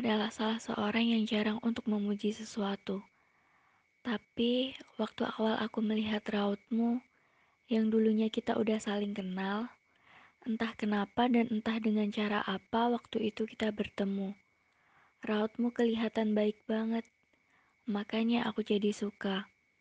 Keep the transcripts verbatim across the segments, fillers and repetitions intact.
adalah salah seorang yang jarang untuk memuji sesuatu. Tapi, waktu awal aku melihat rautmu, yang dulunya kita udah saling kenal, entah kenapa dan entah dengan cara apa waktu itu kita bertemu. Rautmu kelihatan baik banget, makanya aku jadi suka.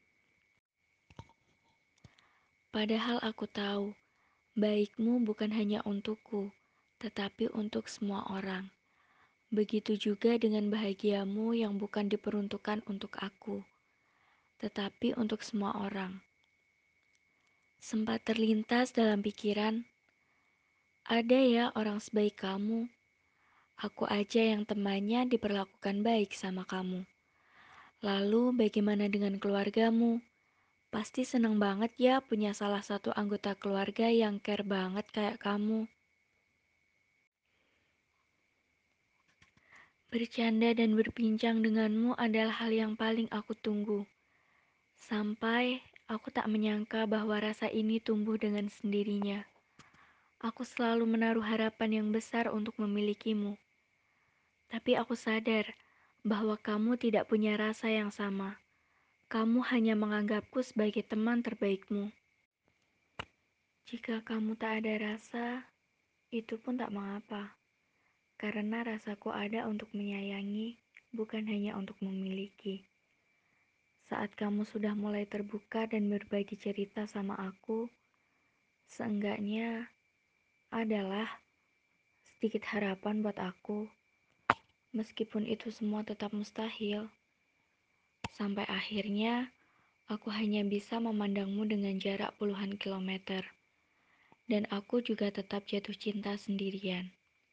Padahal aku tahu, baikmu bukan hanya untukku, tetapi untuk semua orang. Begitu juga dengan bahagiamu yang bukan diperuntukkan untuk aku, tetapi untuk semua orang. Sempat terlintas dalam pikiran, ada ya orang sebaik kamu. Aku aja yang temannya diperlakukan baik sama kamu. Lalu bagaimana dengan keluargamu? Pasti seneng banget ya punya salah satu anggota keluarga yang care banget kayak kamu. Bercanda dan berbincang denganmu adalah hal yang paling aku tunggu. Sampai aku tak menyangka bahwa rasa ini tumbuh dengan sendirinya. Aku selalu menaruh harapan yang besar untuk memilikimu. Tapi aku sadar bahwa kamu tidak punya rasa yang sama. Kamu hanya menganggapku sebagai teman terbaikmu. Jika kamu tak ada rasa, itu pun tak mengapa. Karena rasaku ada untuk menyayangi, bukan hanya untuk memiliki. Saat kamu sudah mulai terbuka dan berbagi cerita sama aku, seenggaknya adalah sedikit harapan buat aku. Meskipun itu semua tetap mustahil. Sampai akhirnya, aku hanya bisa memandangmu dengan jarak puluhan kilometer. Dan aku juga tetap jatuh cinta sendirian.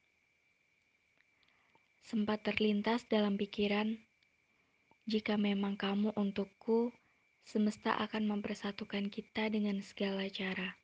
Sempat terlintas dalam pikiran, jika memang kamu untukku, semesta akan mempersatukan kita dengan segala cara.